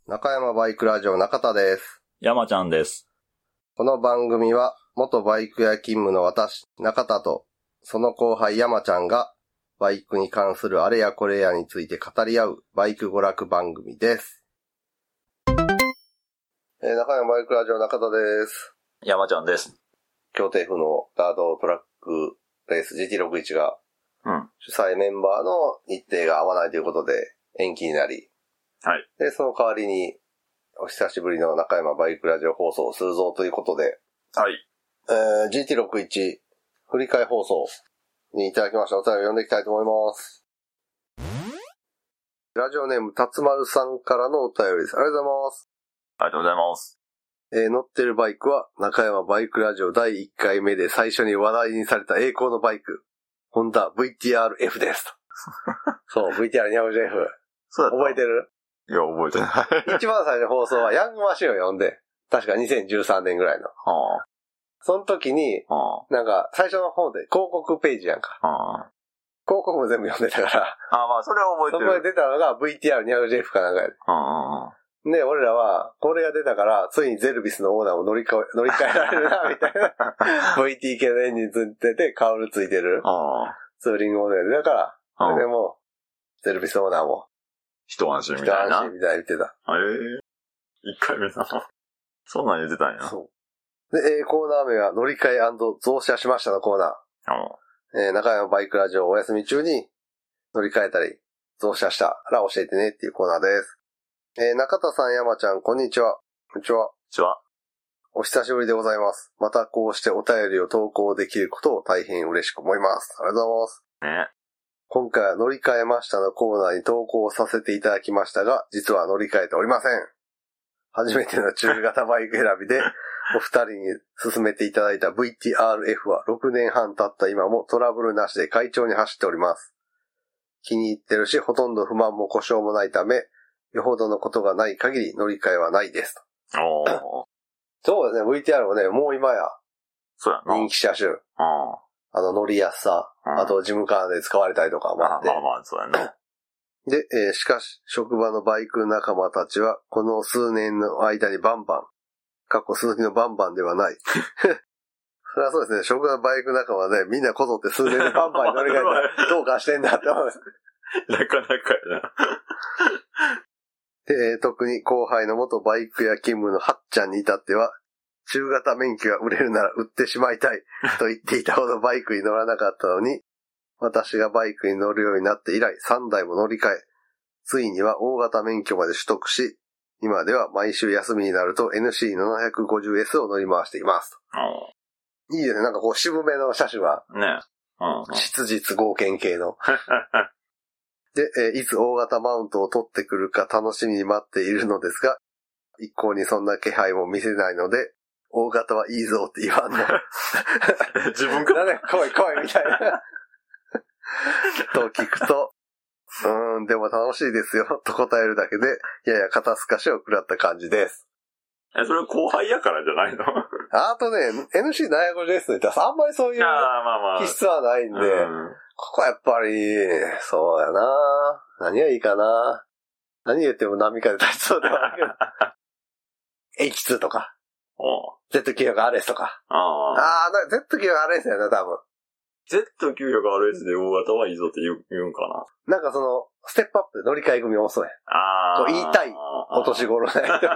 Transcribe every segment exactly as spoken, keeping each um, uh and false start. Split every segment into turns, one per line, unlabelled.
中山バイクラジオ中田です。
山ちゃんです。
この番組は元バイク屋勤務の私中田とその後輩山ちゃんがバイクに関するあれやこれやについて語り合うバイク娯楽番組です。えー、中山バイクラジオ中田です。
山ちゃんです。
京都 F のガードトラックレース ジーティーろくじゅういち が主催メンバーの日程が合わないということで延期になり、
はい。
で、その代わりに、お久しぶりの中山バイクラジオ放送をするぞということで、
はい。
えー、ジーティーろくじゅういち 振り替え放送にいただきましたお便りを読んでいきたいと思います。ラジオネーム、たつまるさんからのお便りです。ありがとうございます。
ありがとうございます。
えー、乗ってるバイクは、中山バイクラジオだいいっかいめで最初に話題にされた栄光のバイク、ホンダ ブイティーアールエフ です。そう、ブイティーアールにひゃくごじゅうエフ。
そうだった。
覚えてる？
いや、覚えてない。
一番最初の放送はヤングマシンを読んで、確かにせんじゅうさんねんぐらいの。
はあ、
その時に、
は
なんか、最初の方で広告ページやんか。
はあ、
広告も全部読んでたから。
ああ、まあ、それは覚えてる。
そこで出たのが ブイティーアールにひゃくごじゅうエフ かなんかやで。
はあ、
で、俺らは、これが出たから、ついにゼルビスのオーナーを乗り換え、乗り換えられるな、みたいな。ブイティー 系のエンジンついてて、カウルついてる。
はあ、
ツーリングモデルだから、それでもう、ゼルビスオーナーも、
一安心みたいな。
一安心みたいな言ってた。
ええー。一回目なの。そんなん言ってたんや。
そう。で、えー、コーナー名は乗り換え&増車しましたのコーナー。えー、中山バイクラジオお休み中に乗り換えたり増車したら教えてねっていうコーナーです。えー、中田さん、山ちゃん、こんにちは。こんにちは。
こんにちは。
お久しぶりでございます。またこうしてお便りを投稿できることを大変嬉しく思います。ありがとうございます。
ね。
今回は乗り換えましたのコーナーに投稿させていただきましたが、実は乗り換えておりません。初めての中型バイク選びで、お二人に勧めていただいた ブイティーアールエフ はろくねんはん経った今もトラブルなしで快調に走っております。気に入ってるし、ほとんど不満も故障もないため、よほどのことがない限り乗り換えはないです。
おー。
そうですね、ブイティーアール もね、もう今や、
そうやな。
人気車種。
あ
あの乗りやすさ、あとジムカーで使われたりとかもあって。
まあまあ、そうやな。
で、えー、しかし、職場のバイク仲間たちは、この数年の間にバンバン、過去数年のバンバンではない。それはそうですね、職場のバイク仲間はね、みんなこぞって数年でバンバンに乗り換えたら、どうかしてんだって思う。
なかなかやな。
で、特に後輩の元バイク屋勤務のはっちゃんに至っては、中型免許が売れるなら売ってしまいたいと言っていたほどバイクに乗らなかったのに、私がバイクに乗るようになって以来さんだいも乗り換え、ついには大型免許まで取得し、今では毎週休みになると エヌシーななひゃくごじゅうエス を乗り回しています。いいよね、なんかこう渋めの車種は。
ね。
質実剛健系の。で、えー、いつ大型マウントを取ってくるか楽しみに待っているのですが、一向にそんな気配も見せないので、大型はいいぞって言わんの。
自分から
なんで来い来いみたいな。と聞くと、うーん、でも楽しいですよ、と答えるだけで、やや肩透かしを食らった感じです。
え、それ後輩やからじゃないの？
あとね、エヌシーななひゃくごじゅうエス の人はあんまりそういう気質はないんで、うん、ここはやっぱり、そうやな何がいいかな何言っても波風立ちそうではあるけど。エイチツー とか。ゼットきゅうひゃくアールエス とか。ああ、ゼットきゅうひゃくアールエス やな、多分。
ゼットきゅうひゃくアールエス で大型はいいぞって言う、言うんかな。
なんかその、ステップアップで乗り換え組多そうや。ああ。こう言いたい、お年頃ね。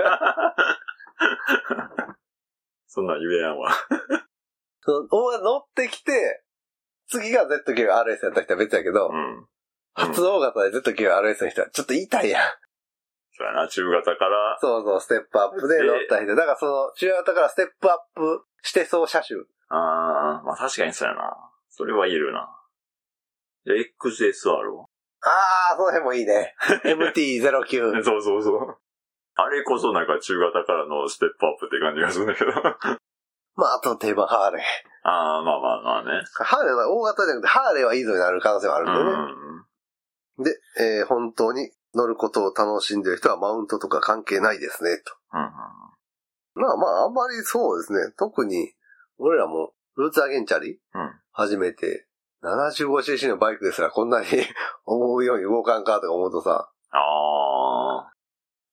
そんなん言えやんわ。
その乗ってきて、次が ゼットきゅうひゃくアールエス やった人は別やけど、うん、初大型で ゼットきゅうひゃくアールエス の人はちょっと言いたいやん。
そうやな、中型から。
そうそう、ステップアップで乗った人。だからその、中型からステップアップしてそう車種。
ああ、まあ確かにそうやな。それは言えるな。じゃあ エックスエスアール は
ああ、その辺もいいね。エムティーゼロきゅう。
そうそうそう。あれこそなんか中型からのステップアップって感じがするんだけど。
まあ、あと定番ハーレー。
ああ、まあまあまあね。
ハーレーは大型じゃなくて、ハーレーはいいぞになる可能性はあるんでね。うん、で、えー、本当に乗ることを楽しんでる人はマウントとか関係ないですね、と。うんうん、まあまあ、あんまりそうですね。特に、俺らも、ルーツアゲンチャリ、うん、初めて、ななじゅうごシーシー のバイクですらこんなに思うように動かんかとか思うとさ。ああ。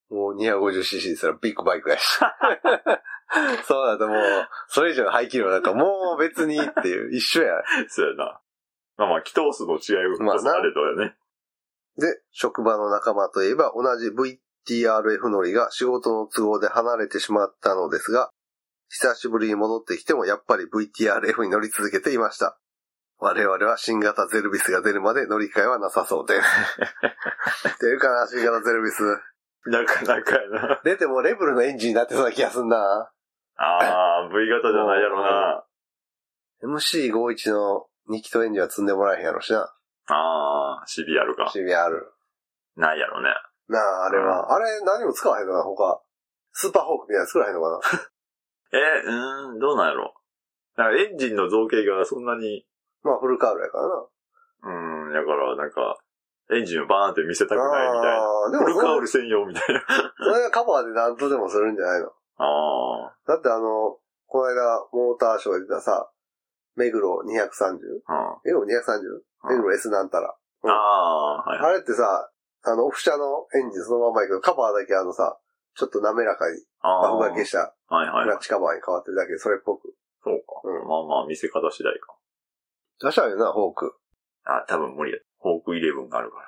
もう にひゃくごじゅうシーシー ですらビッグバイクやし。そうだともう、それ以上の排気量なんかもう別にっていう、一緒や。
そうやな。まあまあ、気通すの違いこそあれとやね。
で、職場の仲間といえば同じ ブイティーアールエフ 乗りが仕事の都合で離れてしまったのですが、久しぶりに戻ってきてもやっぱり ブイティーアールエフ に乗り続けていました。我々は新型ゼルビスが出るまで乗り換えはなさそうです。出るかな、新型ゼルビス。
なかなかやな。
出てもレベルのエンジンになってそうな気がすんな。
ああ、V 型じゃないやろな。
エムシーごじゅういち のに気筒エンジンは積んでもらえへんやろしな。
ああ、シービーアール か。
シービーアール。
ないやろね。
なあ、あれは。うん、あれ何も使わへんのかな、他。スーパーホークみたいなの作らへんのかな。
え、うーん、どうなんやろ。なんかエンジンの造形がそんなに。
まあフルカールやからな。
うん、だからなんか、エンジンをバーンって見せたくないみたいな。でもフルカール専用みたいな。
それがカバーで何とでもするんじゃないの。
ああ。
だってあの、この間、モーターショーで出たさ、メグロにひゃくさんじゅう？ メグロ にひゃくさんじゅう？ メグロ S なんたら。
うん、ああ、はい、はい。
あれってさ、あの、オフ車のエンジンそのままやけど、カバーだけあのさ、ちょっと滑らかに、バフがけしたクラッチカバーに変わってるだけで、それっぽく。
そうか。うん、まあまあ、見せ方次第か。
出したらいいよな、ホーク。
あ、多分無理や。ホークじゅういちがあるから。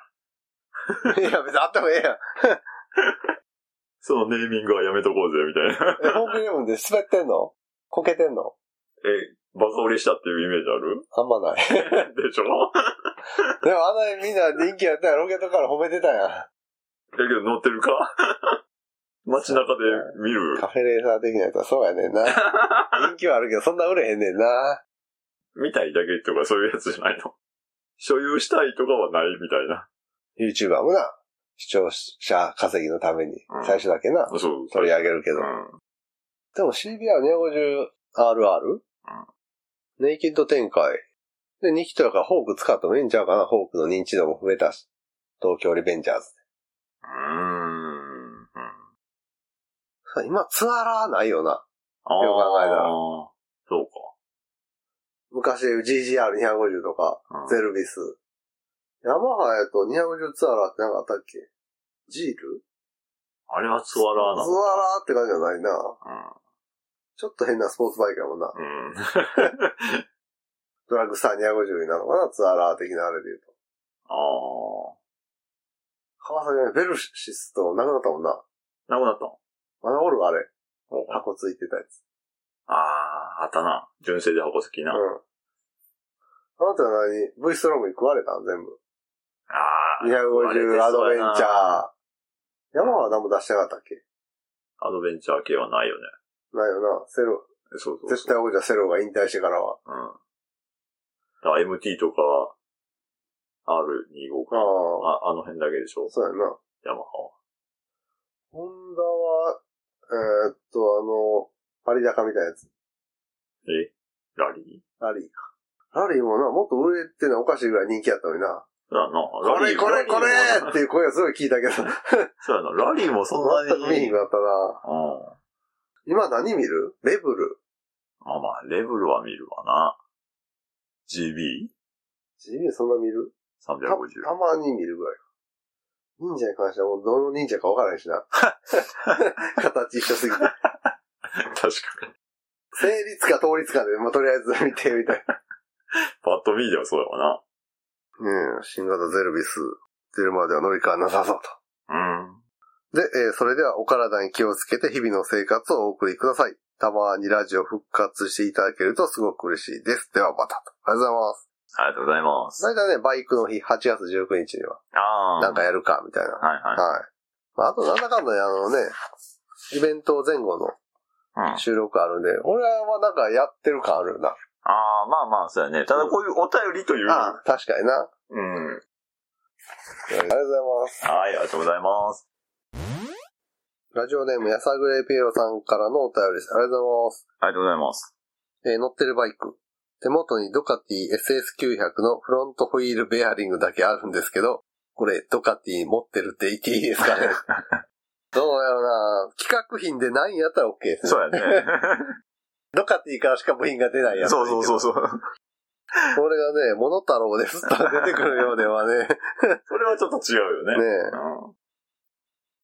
いや、別にあった方がええやん。
そのネーミングはやめとこうぜ、みたいな。
え、ホークじゅういちで滑ってんの？こけてんの？
え、バカ売れしたっていうイメージある？
あんまない。
でしょ？
でもあのみんな人気やったらロケットから褒めてたやん。だ
けど乗ってるか？街中で見る？
カフェレーサー的なやつはそうやねんな。人気はあるけどそんな売れへんねんな。
見たいだけとかそういうやつじゃないの？所有したいとかはないみたいな。
YouTuber もな、視聴者稼ぎのために、最初だけな、うん、そう取り上げるけど。うん、でも シービーアールにひゃくごじゅうアールアール？ うん。ネイキッド展開。で、に気筒だからホーク使ってもいいんちゃうかな。ホークの認知度も増えたし。東京リベンジャーズ。うーん。うん、今、ツアラーないよな。よく考えたら。
そうか。
昔 ジージーアールにひゃくごじゅう とか、うん、ゼルビス。ヤマハやとにひゃくごじゅうツアラーって何かあったっけ？ジール？
あれはツアラーなの？
ツアラーって感じじゃないな。うん、ちょっと変なスポーツバイクやもんな。うん、ドラッグスターにひゃくごじゅうなのかな、ツアラー的なあれで言うと。ああ。川崎はベルシスとなくなったもんな。
なくなったの？
まだおるあれ。箱ついてたやつ。
ああ、あったな。純正で箱付きな。うん。
あなたは何？ V ストロングに食われたん全部。
ああ。
にひゃくごじゅうアドベンチャー。ヤマハは何も出してなかったっけ？
アドベンチャー系はないよね。
ないよな。セロ。そうそうそう。絶対王者セロが引退してからは。うん。
だから エムティー とか アールにじゅうご か。ああ、あの辺だけでしょ？
そうやな。
ヤマハは。
ホンダは、えー、っと、あの、パリ高みたいなやつ。
え？ラリー？
ラリーか。ラリーもな、もっと売れてなおかしいぐらい人気やったのにな。
そうやな。
これこれこれっていう声がすごい聞いたけど。
そうやな。ラリーもそんなに。
全く見えへんかったな。うん。今何見る？レブル。
あ、まあ、レブルは見るわな。ジービー？
ジービー そんな見る？ さんびゃくごじゅう。た, たまに見るぐらいか。忍者に関してはもうどの忍者か分からないしな。形一緒すぎて。確
かに。
成立か倒立かで、まあ、とりあえず見てみたい。
パッと見ではそうだわな。
ねえ、新型ゼルビス出るまでは乗り換わなさそうと。うん。で、えー、それではお体に気をつけて日々の生活をお送りください。たまにラジオ復活していただけるとすごく嬉しいです。ではまたと。ありがとうございます。
ありがとうございます。
だいたいね、バイクの日、はちがつじゅうくにちには、あなんかやるか、みたいな。はいはい。はい。まあ、あとなんだかんだあのね、イベント前後の収録あるんで、うん、俺はなんかやってる感あるよな。
ああ、まあまあ、そうやね。ただこういうお便りという。うん、
ああ、確かにな。うん。ありがとうございます。
はい、ありがとうございます。
ラジオネーム、やさぐれピエロさんからのお便りです。ありがとうございます。
ありがとうございます。
えー、乗ってるバイク。手元にドカティ エスエスきゅうひゃく のフロントホイールベアリングだけあるんですけど、これドカティ持ってるって言っていいですかね？どうやろうな、企画品でないんやったら OK ですね。
そうやね。
ドカティからしか部品が出ないやつ。
そうそうそうそう。
これがね、モノタロウですと出てくるようではね。
それはちょっと違うよね。ねえ。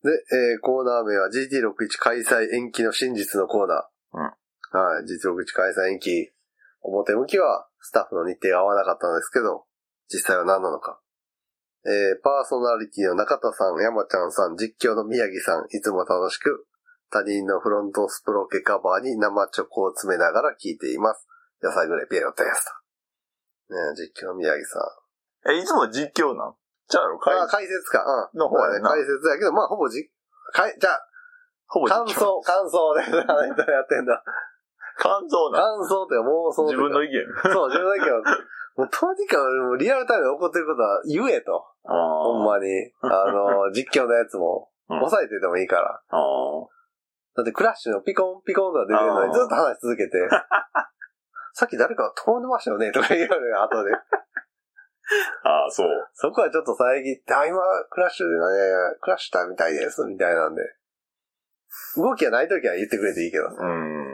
で、えー、コーナー名は ジーティーろくじゅういち 開催延期の真実のコーナー。
うん。
はい。ジーティーろくじゅういち 開催延期。表向きはスタッフの日程が合わなかったんですけど、実際は何なのか。えー、パーソナリティの中田さん、山ちゃんさん、実況の宮城さん、いつも楽しく、他人のフロントスプロケカバーに生チョコを詰めながら聞いています。野菜グレーピエロテスト。ね、実況の宮城さ
ん。え、いつも実況なんじゃあ、
解あ解説か。うん。
の方やな。
解説やけど、まあ、ほぼじ、かい、じゃあ、
ほぼ
感想、感想で、やってんだ。
感想な。
感想って妄想。
自分の意見。
そう、自分の意見を。もうとにかくもうリアルタイムで起こってることは言えと。ほんまに。あの、実況のやつも、抑えててもいいから。
あ
だってクラッシュのピコンピコンが出てるのにずっと話し続けて。さっき誰か飛んでましたよねとか言うのよ、後で。
ああ、そう。
そこはちょっと遮って、あ、今、クラッシュでね、クラッシュしたみたいです、みたいなんで。動きがないときは言ってくれていいけど。
うん。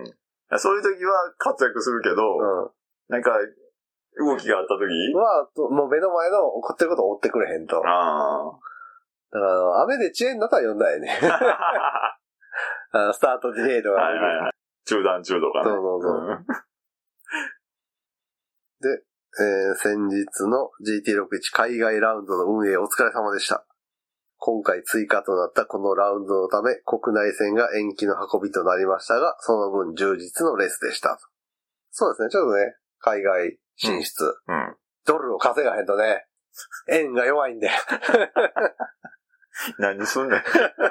そういうときは活躍するけど、うん、なんか、動きがあったとき
は、もう目の前の起こってることを追ってくれへんと。ああ。だから、雨で遅延になったら読んだよね。あのスタートディレイとか。
はいはいはい。中断中とかね。
そうそうそう。うん、で、えー、先日の ジーティーろくじゅういち 海外ラウンドの運営お疲れ様でした。今回追加となったこのラウンドのため、国内戦が延期の運びとなりましたが、その分充実のレースでした。そうですね、ちょっとね、海外進出。うんうん、ドルを稼がへんとね、円が弱いんで。
何すんねん。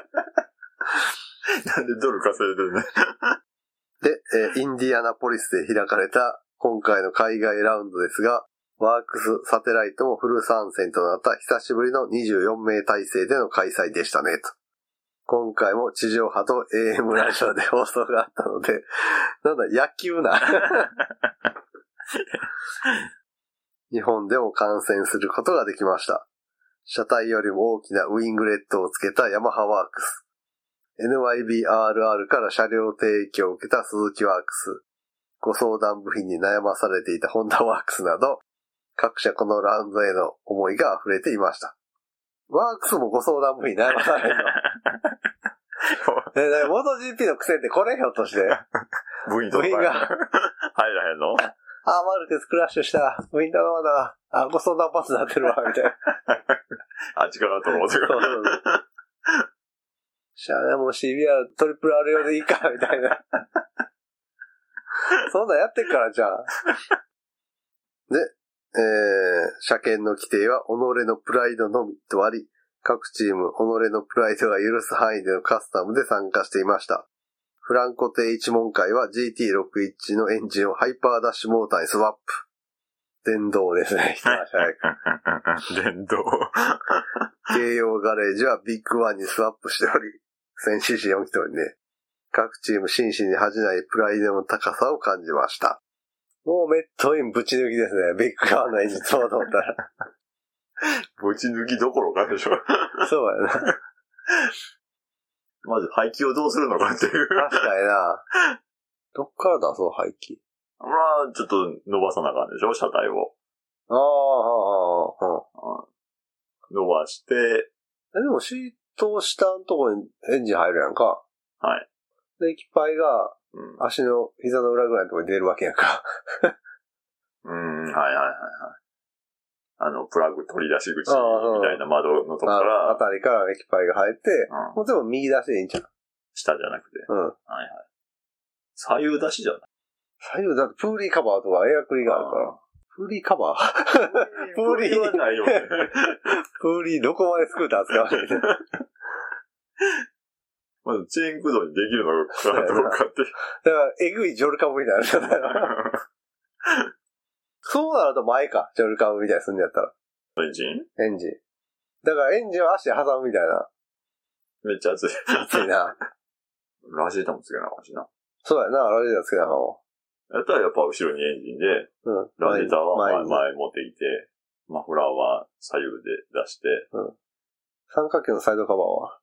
なんでドル稼いでんねん。
で、えー、インディアナポリスで開かれた今回の海外ラウンドですが、ワークスサテライトもフル参戦となった久しぶりのにじゅうよんめい体制での開催でしたね、と。今回も地上波と エーエム ラジオで放送があったので、なんだ、野球な。日本でも観戦することができました。車体よりも大きなウィングレットをつけたヤマハワークス。エヌワイビーアールアール から車両提供を受けたスズキワークス。ご相談部品に悩まされていたホンダワークスなど、各社このラウンドへの思いが溢れていました。ワークスもご相談部品悩まされるの。え、モトジーピー の癖ってこれひょっとして。
部品とか。部品が。入らへんの
あ、マルテスクラッシュした。部品頼まだ。あ、ご相談パスになってるわ、みたいな。
あっちかなと思ってる。そうそうそう。
しゃあね、もう シービーアール トリプル R 用でいいか、みたいな。そんなんやってっから、じゃあ。で、えー、車検の規定は己のプライドのみとあり、各チーム己のプライドが許す範囲でのカスタムで参加していました。フランコ艇一問会は ジーティーろくじゅういち のエンジンをハイパーダッシュモーターにスワップ。電動ですね、一足早く。
電動。
京葉ガレージはビッグワンにスワップしており、せんシーシーよん 気筒にね、各チーム真摯に恥じないプライドの高さを感じました。もうメットインぶち抜きですね。ビッグワンのエンジンそうと思ったら。
ぶち抜きどころかでしょ。
そうやな。
まず排気をどうするのかっていう。
確かにな。どっから出そう、排気。
まあ、ちょっと伸ばさなあかんでしょ、車体を。
ああ、ああ、ああ。
伸ばして。
え、でもシート下のところにエンジン入るやんか。
はい。
で、液体が、足の膝の裏ぐらいのところに出るわけやんか。
うん、はいはいはいはい。あの、プラグ取り出し口みたいな窓のとこから。
あたりから液体が入って、うん、もう全部右出しでいいんちゃう？
下じゃなくて。
うん。
はいはい。左右出しじゃない？
左右だってプーリーカバーとかエアクリがあるから。プーリーカバープーリー
はないよね。
プーリーどこまでスクーター使わないで。
まずチェーン駆動にできるのかどうかって。
だから、えぐいジョルカブみたいな状態だ。そうなると前か、ジョルカブみたいにすんのやったら。
エンジン？
エンジン。だからエンジンを足で挟むみたいな。
めっちゃ熱い。
熱いな。
ラジエーターもつけなあかんしな。
そうやな、ラジエーターつけなあかんわ。
やったらやっぱ後ろにエンジンで、うん、ラジエーターは前、前持ってきて、マフラーは左右で出して、
うん、三角形のサイドカバーは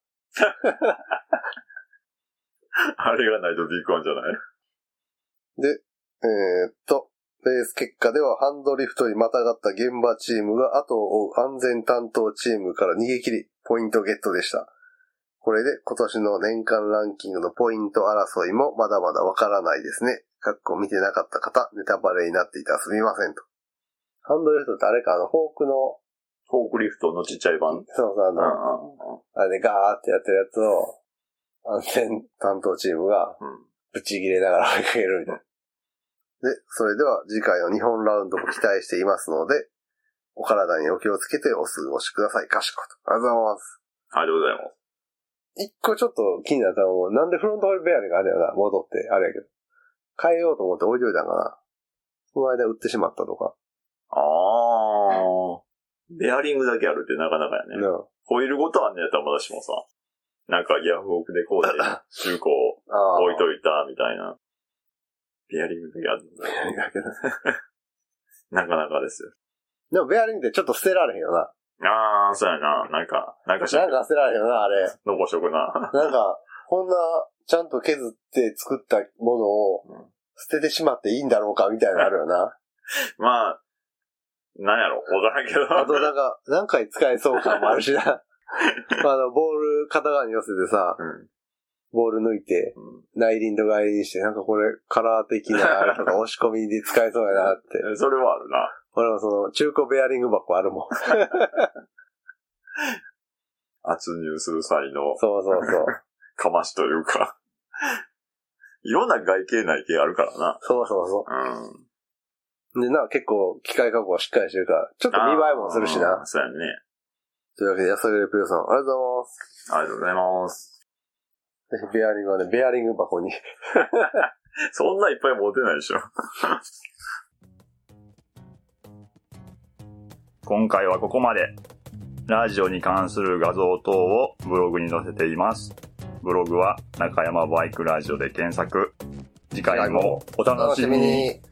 あれがないとビッグワンじゃない？
で、えー、っと、レース結果ではハンドリフトにまたがった現場チームが後を追う安全担当チームから逃げ切り、ポイントゲットでした。 これで今年の年間ランキングのポイント争いもまだまだわからないですね。かっこ見てなかった方、ネタバレになっていたらすみませんと。ハンドリフトってあれか、あの、フォークの、
フォークリフトのちっちゃい版。
そうそう、あの、うんうん、あれでガーってやってるやつを、安全担当チームが、ぶち切れながら追いかけるみたいな。で、それでは次回の日本ラウンドも期待していますので、お体にお気をつけてお過ごしください。かしこと。ありがとうございます。
ありがとうございます。
一個ちょっと気になったのも、なんでフロントホイールベアリングがあれよな、戻って、あれやけど。変えようと思って置いといたんかな。その間売ってしまったとか。
あー。ベアリングだけあるってなかなかやね。うん、ホイールごとあんねやったらまだしもさ。なんかヤフオクでこうで中古置いといたみたいな。ベアリングだけあるんだ。ベアリングだけなかなかですよ。
でもベアリングってちょっと捨てられへんよな。
あー、そうやな。なんか、なんか
しなんか捨てられへんよな、あれ。
残しとくな。
なんか、こんな、ちゃんと削って作ったものを、捨ててしまっていいんだろうか、みたいなのあるよな。
まあ、なんやろ、わからんけど。
あとなんか、何回使えそう感もあるしな。あの、ボール片側に寄せてさ、うん、ボール抜いて、うん、内輪と外輪にして、なんかこれ、カラー的なあれとか押し込みで使えそうやなって。
それはあるな。
俺もその、中古ベアリング箱あるもん。
圧入する際の。
そうそうそう。
かましというか。いろんな外形内形あるからな。
そうそうそう。うん。で、な、結構、機械加工がしっかりしてるから、ちょっと見栄えもするしな。
そうやね。
というわけで、安田グレープヨさん、ありがとうございます。
ありがとうございます。
ベアリングはね、ベアリング箱に。
そんないっぱい持てないでしょ。今回はここまで。ラジオに関する画像等をブログに載せています。ブログは中山バイクラジオで検索。次回もお楽しみに。